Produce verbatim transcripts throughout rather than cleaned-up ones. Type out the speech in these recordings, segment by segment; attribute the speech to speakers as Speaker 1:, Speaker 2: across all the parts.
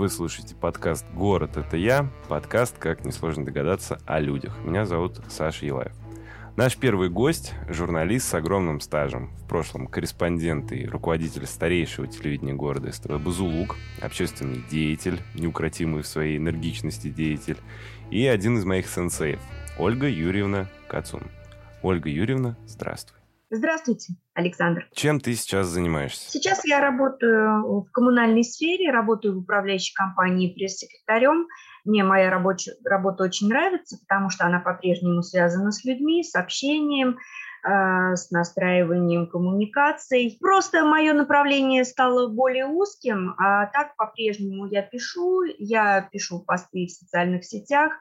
Speaker 1: слушаете подкаст «Город – это я». Подкаст, как несложно догадаться, о людях. Меня зовут Саша Елаев. Наш первый гость – журналист с огромным стажем. В прошлом корреспондент и руководитель старейшего телевидения города СТВ «Бузулук», общественный деятель, неукротимый в своей энергичности деятель, и один из моих сенсеев – Ольга Юрьевна Кацун. Ольга Юрьевна, здравствуй.
Speaker 2: Здравствуйте, Александр.
Speaker 1: Чем ты сейчас занимаешься?
Speaker 2: Сейчас я работаю в коммунальной сфере, работаю в управляющей компании пресс-секретарем. Мне моя рабочая, работа очень нравится, потому что она по-прежнему связана с людьми, с общением, э, с настраиванием коммуникаций. Просто мое направление стало более узким, а так по-прежнему я пишу, я пишу посты в социальных сетях,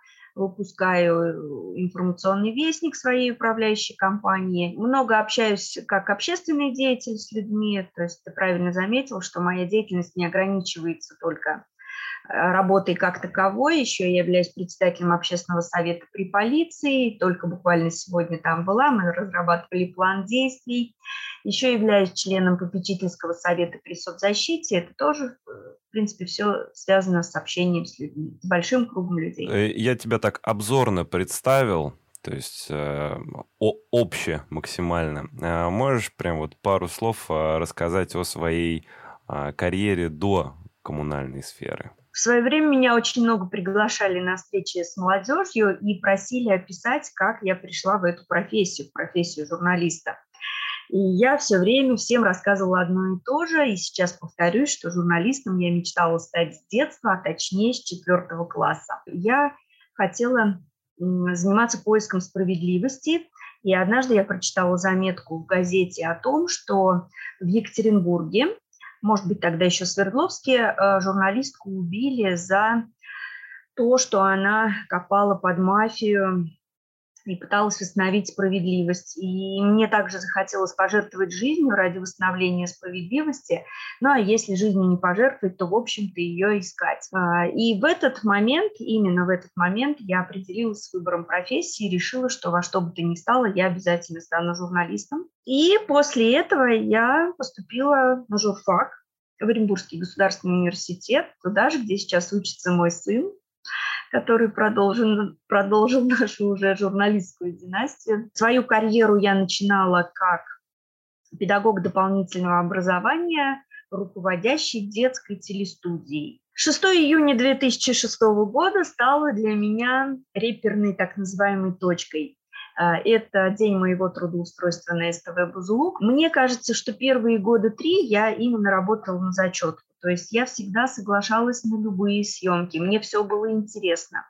Speaker 2: выпускаю информационный вестник своей управляющей компании. Много общаюсь как общественный деятель с людьми. То есть ты правильно заметил, что моя деятельность не ограничивается только работой как таковой. Еще я являюсь председателем общественного совета при полиции. Только буквально сегодня там была. Мы разрабатывали план действий. Еще являюсь членом попечительского совета при соцзащите. Это тоже, в принципе, все связано с общением с людьми, с большим кругом людей.
Speaker 1: Я тебя так обзорно представил, то есть э, обще максимально. Э, можешь прям вот пару слов э, рассказать о своей э, карьере до коммунальной сферы?
Speaker 2: В свое время меня очень много приглашали на встречи с молодежью и просили описать, как я пришла в эту профессию, в профессию журналиста. И я все время всем рассказывала одно и то же, и сейчас повторюсь, что журналистом я мечтала стать с детства, а точнее с четвертого класса. Я хотела заниматься поиском справедливости, и однажды я прочитала заметку в газете о том, что в Екатеринбурге, может быть, тогда еще в Свердловске, журналистку убили за то, что она копала под мафию и пыталась восстановить справедливость. И мне также захотелось пожертвовать жизнью ради восстановления справедливости. Ну, а если жизнью не пожертвовать, то, в общем-то, ее искать. И в этот момент, именно в этот момент я определилась с выбором профессии и решила, что во что бы то ни стало, я обязательно стану журналистом. И после этого я поступила на журфак в Оренбургский государственный университет, туда же, где сейчас учится мой сын, который продолжил, продолжил нашу уже журналистскую династию. Свою карьеру я начинала как педагог дополнительного образования, руководящий детской телестудией. шестого июня две тысячи шестого года стало для меня реперной так называемой точкой. Это день моего трудоустройства на СТВ «Бузулук». Мне кажется, что первые года три я именно работала на зачетку. То есть я всегда соглашалась на любые съемки. Мне все было интересно.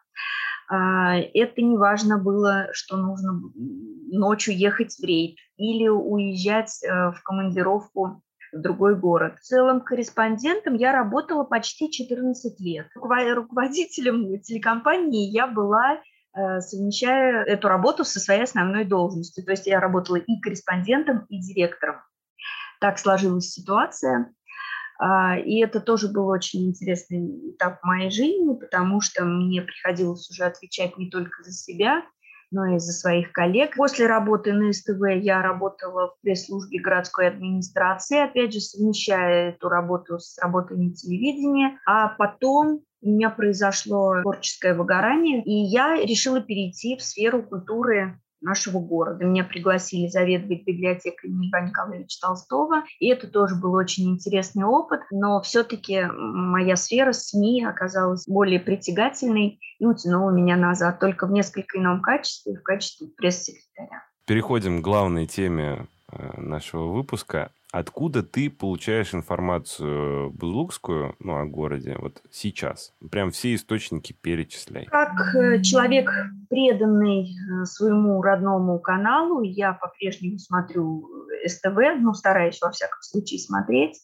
Speaker 2: Это не важно было, что нужно ночью ехать в рейд или уезжать в командировку в другой город. В целом корреспондентом я работала почти четырнадцать лет. Руководителем телекомпании я была, совмещая эту работу со своей основной должностью. То есть я работала и корреспондентом, и директором. Так сложилась ситуация. И это тоже был очень интересный этап в моей жизни, потому что мне приходилось уже отвечать не только за себя, но и за своих коллег. После работы на СТВ я работала в пресс-службе городской администрации, опять же, совмещая эту работу с работой на телевидении. А потом у меня произошло творческое выгорание, и я решила перейти в сферу культуры нашего города. Меня пригласили заведовать библиотекой Льва Николаевича Толстого, и это тоже был очень интересный опыт, но все-таки моя сфера СМИ оказалась более притягательной и утянула меня назад, только в несколько ином качестве, в качестве пресс-секретаря.
Speaker 1: Переходим к главной теме нашего выпуска. Откуда ты получаешь информацию бузулукскую, ну, о городе, вот сейчас? Прям все источники перечисляй.
Speaker 2: Как человек, преданный своему родному каналу, я по-прежнему смотрю СТВ, ну, стараюсь, во всяком случае, смотреть,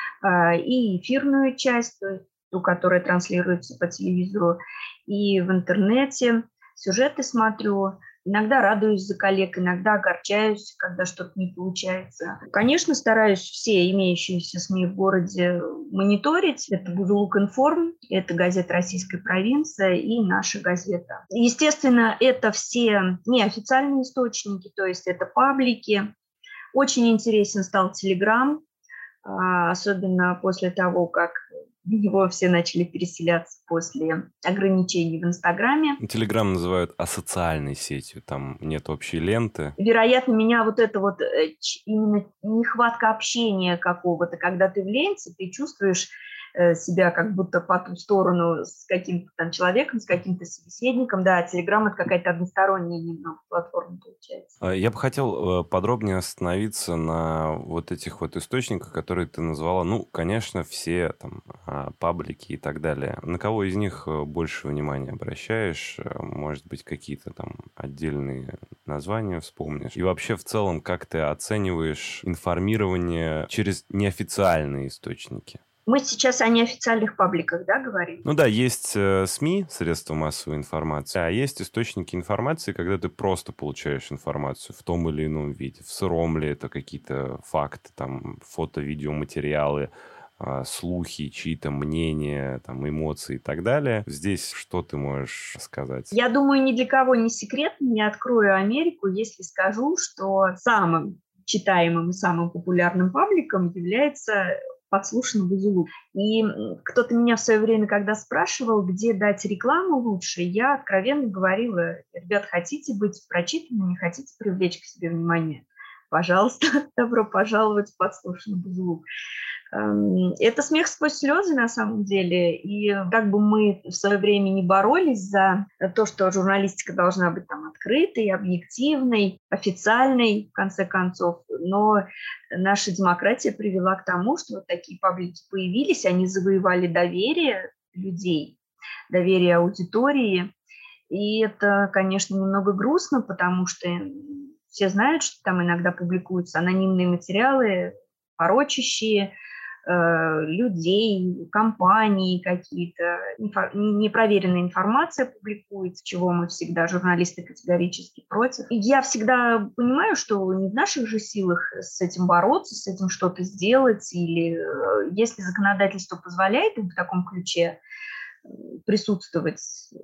Speaker 2: и эфирную часть, ту, которая транслируется по телевизору, и в интернете. Сюжеты смотрю. Иногда радуюсь за коллег, иногда огорчаюсь, когда что-то не получается. Конечно, стараюсь все имеющиеся СМИ в городе мониторить. Это «Бузулук-Информ», это газета «Российская провинция» и наша газета. Естественно, это все неофициальные источники, то есть это паблики. Очень интересен стал Телеграм, особенно после того, как в него все начали переселяться после ограничений в Инстаграме.
Speaker 1: Телеграм называют асоциальной сетью, там нет общей ленты.
Speaker 2: Вероятно, меня вот это вот именно нехватка общения какого-то, когда ты в ленте, ты чувствуешь себя как будто по ту сторону с каким-то там человеком, с каким-то собеседником. Да, Телеграм — это какая-то односторонняя немного платформа получается.
Speaker 1: Я бы хотел подробнее остановиться на вот этих вот источниках, которые ты назвала. Ну, конечно, все там паблики и так далее. На кого из них больше внимания обращаешь? Может быть, какие-то там отдельные названия вспомнишь? И вообще, в целом, как ты оцениваешь информирование через неофициальные источники?
Speaker 2: Мы сейчас о неофициальных пабликах, да, говорим?
Speaker 1: Ну да, есть э, СМИ, средства массовой информации, а есть источники информации, когда ты просто получаешь информацию в том или ином виде. В сыром ли это какие-то факты, там, фото, видео, материалы, э, слухи, чьи-то мнения, там, эмоции и так далее. Здесь что ты можешь сказать?
Speaker 2: Я думаю, ни для кого не секрет, не открою Америку, если скажу, что самым читаемым и самым популярным пабликом является «Подслушано Бузулук». И кто-то меня в свое время, когда спрашивал, где дать рекламу лучше, я откровенно говорила: ребят, хотите быть прочитанными, хотите привлечь к себе внимание? Пожалуйста, добро пожаловать в «Подслушано Бузулук». Это смех сквозь слезы на самом деле, и как бы мы в свое время не боролись за то, что журналистика должна быть там открытой, объективной, официальной, в конце концов, но наша демократия привела к тому, что вот такие паблики появились, они завоевали доверие людей, доверие аудитории, и это, конечно, немного грустно, потому что все знают, что там иногда публикуются анонимные материалы, порочащие людей, компаний какие-то, непроверенная информация публикуется, чего мы всегда, журналисты, категорически против. И я всегда понимаю, что не в наших же силах с этим бороться, с этим что-то сделать, или если законодательство позволяет им в таком ключе присутствовать,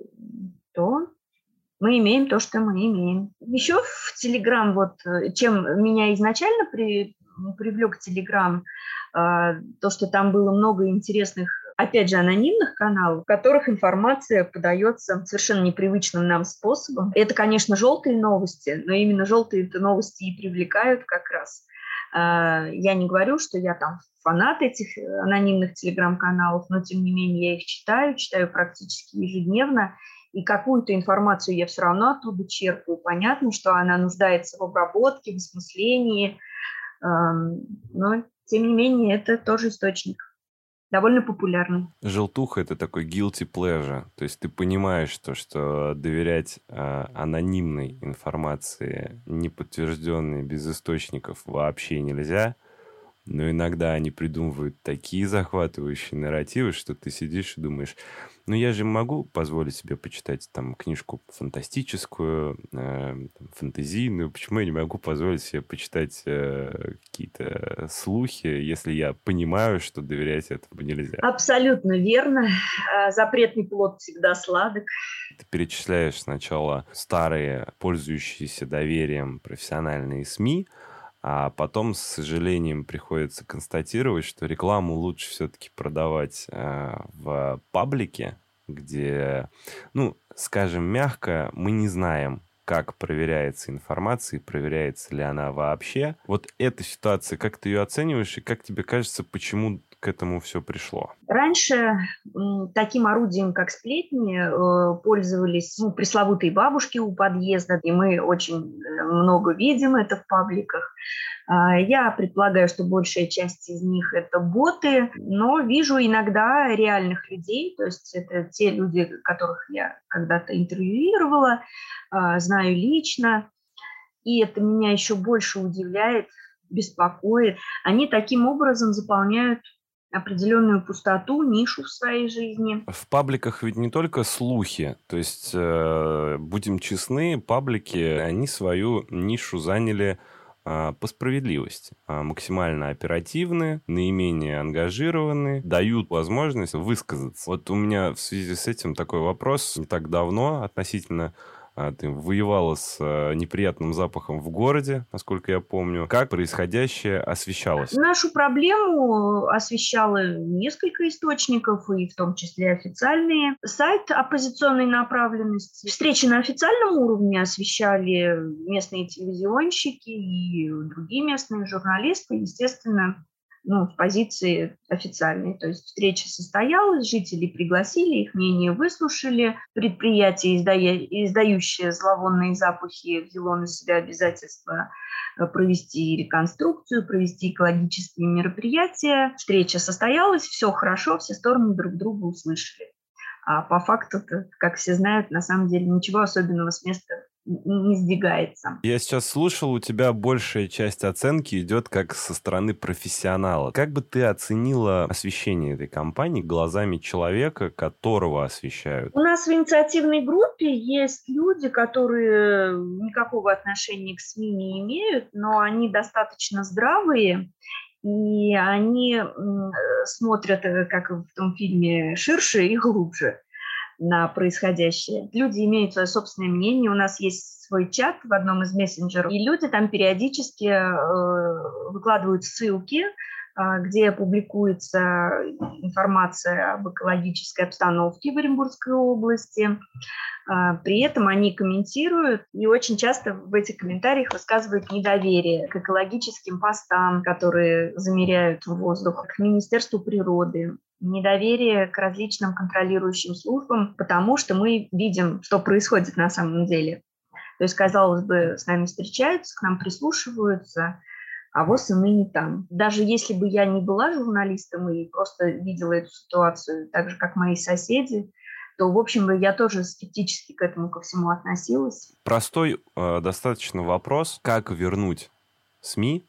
Speaker 2: то мы имеем то, что мы имеем. Еще в Телеграм, вот чем меня изначально при, привлек Телеграм, то, что там было много интересных, опять же, анонимных каналов, в которых информация подается совершенно непривычным нам способом. Это, конечно, желтые новости, но именно желтые новости и привлекают как раз. Я не говорю, что я там фанат этих анонимных телеграм-каналов, но, тем не менее, я их читаю, читаю практически ежедневно, и какую-то информацию я все равно оттуда черпаю. Понятно, что она нуждается в обработке, в осмыслении, но, тем не менее, это тоже источник довольно популярный.
Speaker 1: Желтуха — это такой guilty pleasure. То есть ты понимаешь то, что доверять э, анонимной информации, неподтвержденной, без источников, вообще нельзя. Но иногда они придумывают такие захватывающие нарративы, что ты сидишь и думаешь: ну я же могу позволить себе почитать там книжку фантастическую, э, фэнтезийную, почему я не могу позволить себе почитать э, какие-то слухи, если я понимаю, что доверять этому нельзя?
Speaker 2: Абсолютно верно. Запретный плод всегда сладок.
Speaker 1: Ты перечисляешь сначала старые, пользующиеся доверием профессиональные СМИ, а потом, с сожалением, приходится констатировать, что рекламу лучше все-таки продавать э, в паблике, где, ну, скажем мягко, мы не знаем, как проверяется информация и проверяется ли она вообще. Вот эта ситуация, как ты ее оцениваешь и как тебе кажется, почему к этому все пришло?
Speaker 2: Раньше таким орудием, как сплетни, пользовались ну, пресловутые бабушки у подъезда, и мы очень много видим это в пабликах. Я предполагаю, что большая часть из них – это боты, но вижу иногда реальных людей, то есть это те люди, которых я когда-то интервьюировала, знаю лично, и это меня еще больше удивляет, беспокоит. Они таким образом заполняют определенную пустоту, нишу в своей жизни.
Speaker 1: В пабликах ведь не только слухи. То есть, э, будем честны, паблики, они свою нишу заняли э, по справедливости. Э, максимально оперативны, наименее ангажированы, дают возможность высказаться. Вот у меня в связи с этим такой вопрос. Не так давно относительно а, ты воевала с а, неприятным запахом в городе, насколько я помню. Как происходящее освещалось?
Speaker 2: Нашу проблему освещало несколько источников, и в том числе официальные. Сайт оппозиционной направленности. Встречи на официальном уровне освещали местные телевизионщики и другие местные журналисты, естественно, ну, в позиции официальной. То есть встреча состоялась, жители пригласили, их мнение выслушали. Предприятие, издая, издающее зловонные запахи, взяло на себя обязательство провести реконструкцию, провести экологические мероприятия. Встреча состоялась, все хорошо, все стороны друг друга услышали. А по факту, как все знают, на самом деле ничего особенного с места не сдвигается.
Speaker 1: Я сейчас слушал, у тебя большая часть оценки идет как со стороны профессионала. Как бы ты оценила освещение этой кампании глазами человека, которого освещают?
Speaker 2: У нас в инициативной группе есть люди, которые никакого отношения к СМИ не имеют, но они достаточно здравые, и они смотрят, как в том фильме, ширше и глубже на происходящее. Люди имеют свое собственное мнение. У нас есть свой чат в одном из мессенджеров, и люди там периодически э, выкладывают ссылки, э, где публикуется информация об экологической обстановке в Оренбургской области. Э, при этом они комментируют, и очень часто в этих комментариях высказывают недоверие к экологическим постам, которые замеряют воздух, к Министерству природы, недоверие к различным контролирующим службам, потому что мы видим, что происходит на самом деле. То есть, казалось бы, с нами встречаются, к нам прислушиваются, а вот и мы не там. Даже если бы я не была журналистом и просто видела эту ситуацию так же, как мои соседи, то, в общем, я тоже скептически к этому ко всему относилась.
Speaker 1: Простой э, достаточно вопрос. Как вернуть СМИ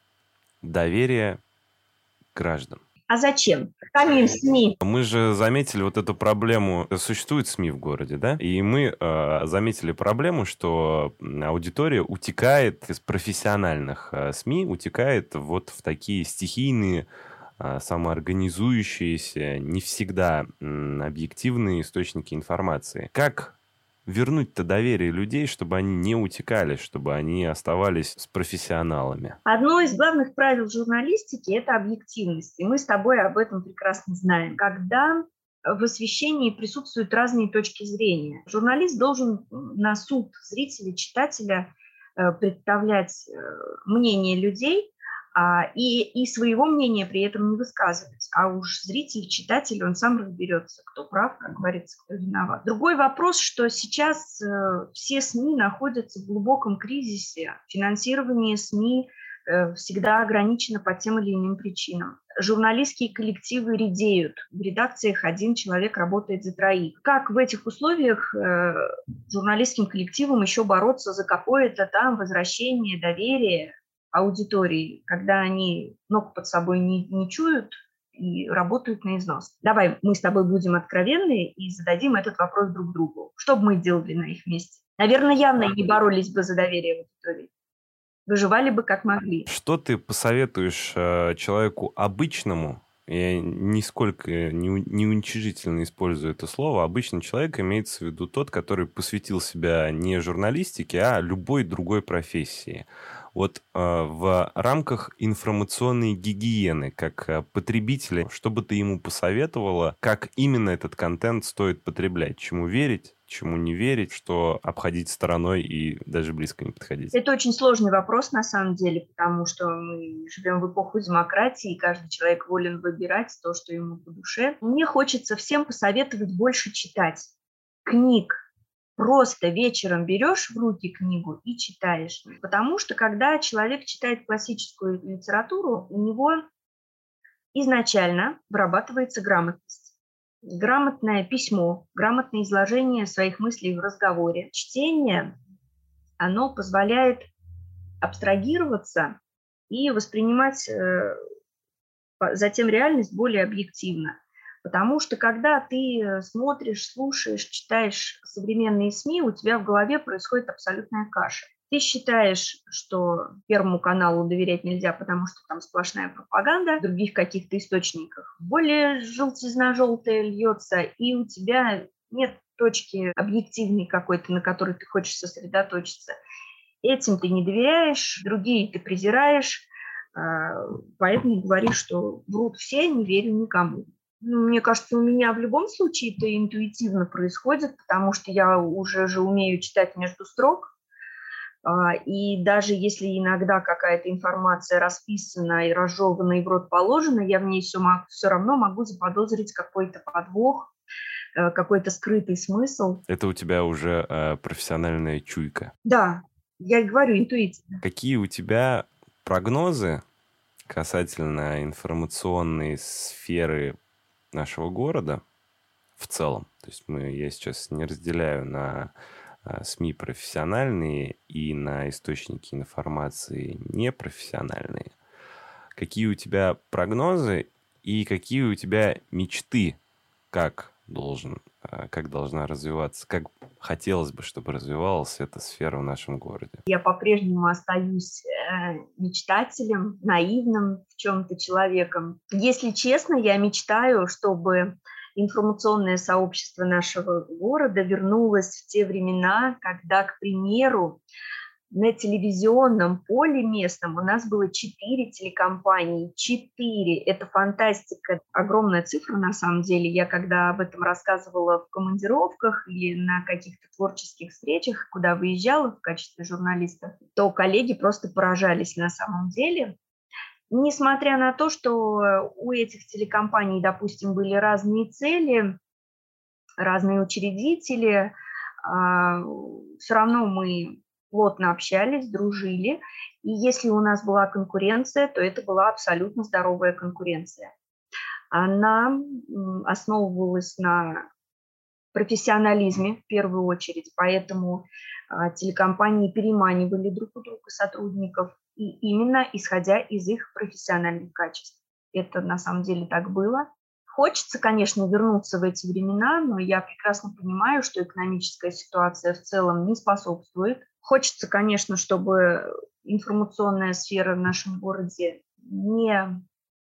Speaker 1: доверие граждан?
Speaker 2: А зачем? Самим СМИ.
Speaker 1: Мы же заметили вот эту проблему. Существуют СМИ в городе, да? И мы э, заметили проблему, что аудитория утекает из профессиональных э, СМИ, утекает вот в такие стихийные, э, самоорганизующиеся, не всегда э, объективные источники информации. Как вернуть-то доверие людей, чтобы они не утекали, чтобы они оставались с профессионалами?
Speaker 2: Одно из главных правил журналистики – это объективность. И мы с тобой об этом прекрасно знаем. Когда в освещении присутствуют разные точки зрения, журналист должен на суд зрителя, читателя представлять мнение людей, И, и своего мнения при этом не высказывать. А уж зритель, читатель, он сам разберется, кто прав, как говорится, кто виноват. Другой вопрос, что сейчас э, все СМИ находятся в глубоком кризисе. Финансирование СМИ э, всегда ограничено по тем или иным причинам. Журналистские коллективы редеют. В редакциях один человек работает за троих. Как в этих условиях э, журналистским коллективам еще бороться за какое-то там возвращение доверия аудитории, когда они ног под собой не, не чуют и работают на износ? Давай мы с тобой будем откровенны и зададим этот вопрос друг другу. Что бы мы делали на их месте? Наверное, явно не боролись бы за доверие аудитории. Выживали бы как могли.
Speaker 1: Что ты посоветуешь э, человеку обычному? Я нисколько не, не уничижительно использую это слово. Обычный человек имеется в виду тот, который посвятил себя не журналистике, а любой другой профессии. Вот э, в рамках информационной гигиены, как э, потребителя, что бы ты ему посоветовала, как именно этот контент стоит потреблять? Чему верить, чему не верить, что обходить стороной и даже близко не подходить?
Speaker 2: Это очень сложный вопрос на самом деле, потому что мы живем в эпоху демократии, и каждый человек волен выбирать то, что ему по душе. Мне хочется всем посоветовать больше читать книг. Просто вечером берешь в руки книгу и читаешь. Потому что когда человек читает классическую литературу, у него изначально вырабатывается грамотность. Грамотное письмо, грамотное изложение своих мыслей в разговоре. Чтение, оно позволяет абстрагироваться и воспринимать э, затем реальность более объективно. Потому что когда ты смотришь, слушаешь, читаешь современные СМИ, у тебя в голове происходит абсолютная каша. Ты считаешь, что Первому каналу доверять нельзя, потому что там сплошная пропаганда, в других каких-то источниках более желтизна желтая льется, и у тебя нет точки объективной какой-то, на которой ты хочешь сосредоточиться. Этим ты не доверяешь, другие ты презираешь, поэтому говоришь, что врут все, не верю никому. Ну, мне кажется, у меня в любом случае это интуитивно происходит, потому что я уже же умею читать между строк. И даже если иногда какая-то информация расписана и разжевана, и в рот положена, я в ней все, все равно могу заподозрить какой-то подвох, какой-то скрытый смысл.
Speaker 1: Это у тебя уже э, профессиональная чуйка.
Speaker 2: Да, я и говорю, интуитивно.
Speaker 1: Какие у тебя прогнозы касательно информационной сферы нашего города в целом? То есть мы, я сейчас не разделяю на СМИ профессиональные и на источники информации непрофессиональные. Какие у тебя прогнозы и какие у тебя мечты, как должен, как должна развиваться, как хотелось бы, чтобы развивалась эта сфера в нашем городе?
Speaker 2: Я по-прежнему остаюсь мечтателем, наивным в чем-то человеком. Если честно, я мечтаю, чтобы информационное сообщество нашего города вернулось в те времена, когда, к примеру, на телевизионном поле местном у нас было четыре телекомпании. Четыре. Это фантастика. Огромная цифра на самом деле. Я когда об этом рассказывала в командировках или на каких-то творческих встречах, куда выезжала в качестве журналиста, то коллеги просто поражались на самом деле. Несмотря на то, что у этих телекомпаний, допустим, были разные цели, разные учредители, все равно мы плотно общались, дружили. И если у нас была конкуренция, то это была абсолютно здоровая конкуренция. Она основывалась на профессионализме в первую очередь, поэтому телекомпании переманивали друг у друга сотрудников, и именно исходя из их профессиональных качеств. Это на самом деле так было. Хочется, конечно, вернуться в эти времена, но я прекрасно понимаю, что экономическая ситуация в целом не способствует. Хочется, конечно, чтобы информационная сфера в нашем городе не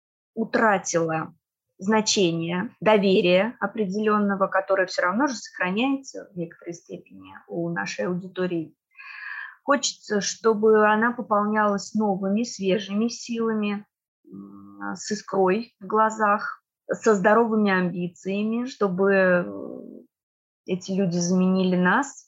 Speaker 2: утратила значение, доверия определенного, которое все равно же сохраняется в некоторой степени у нашей аудитории. Хочется, чтобы она пополнялась новыми, свежими силами, с искрой в глазах, со здоровыми амбициями, чтобы эти люди заменили нас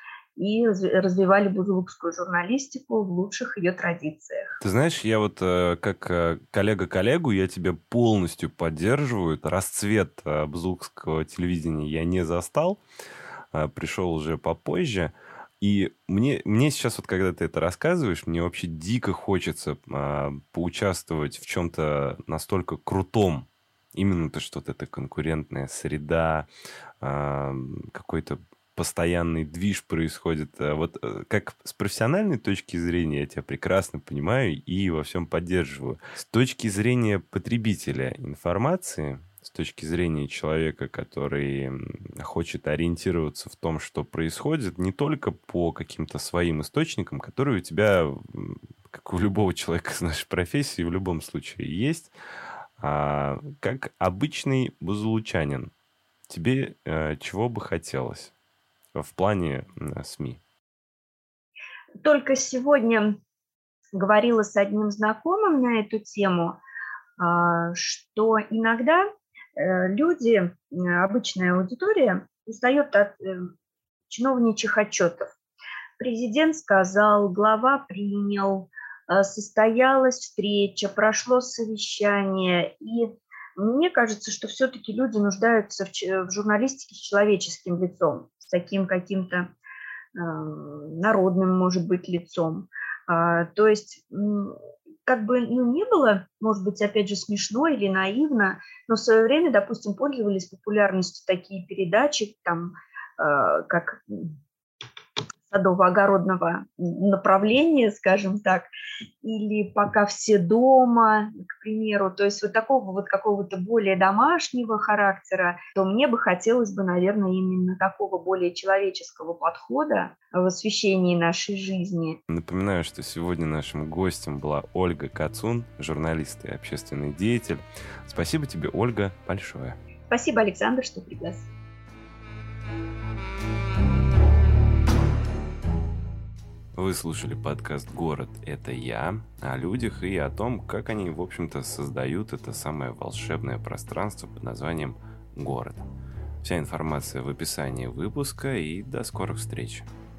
Speaker 2: и развивали бузулукскую журналистику в лучших ее традициях.
Speaker 1: Ты знаешь, я вот как коллега коллегу, я тебя полностью поддерживаю. Расцвет бузулукского телевидения я не застал, пришел уже попозже. И мне, мне сейчас, вот когда ты это рассказываешь, мне вообще дико хочется а, поучаствовать в чем-то настолько крутом. Именно то, что вот эта конкурентная среда, а, какой-то постоянный движ происходит. А вот как с профессиональной точки зрения я тебя прекрасно понимаю и во всем поддерживаю. С точки зрения потребителя информации, с точки зрения человека, который хочет ориентироваться в том, что происходит, не только по каким-то своим источникам, которые у тебя, как у любого человека из нашей профессии, в любом случае есть, а как обычный бузулучанин, тебе э, чего бы хотелось в плане э, СМИ?
Speaker 2: Только сегодня говорила с одним знакомым на эту тему, э, что иногда люди, обычная аудитория, устает от чиновничьих отчетов. Президент сказал, глава принял, состоялась встреча, прошло совещание. И мне кажется, что все-таки люди нуждаются в журналистике с человеческим лицом, с таким каким-то народным, может быть, лицом. То есть... Как бы, ну, не было, может быть, опять же, смешно или наивно, но в свое время, допустим, пользовались популярностью такие передачи, там, э, как садово-огородного направления, скажем так, или «Пока все дома», к примеру, то есть вот такого вот какого-то более домашнего характера, то мне бы хотелось бы, наверное, именно такого более человеческого подхода в освещении нашей жизни.
Speaker 1: Напоминаю, что сегодня нашим гостем была Ольга Кацун, журналист и общественный деятель. Спасибо тебе, Ольга, большое.
Speaker 2: Спасибо, Александр, что пригласил.
Speaker 1: Вы слушали подкаст «Город – это я», о людях и о том, как они, в общем-то, создают это самое волшебное пространство под названием «Город». Вся информация в описании выпуска, и до скорых встреч.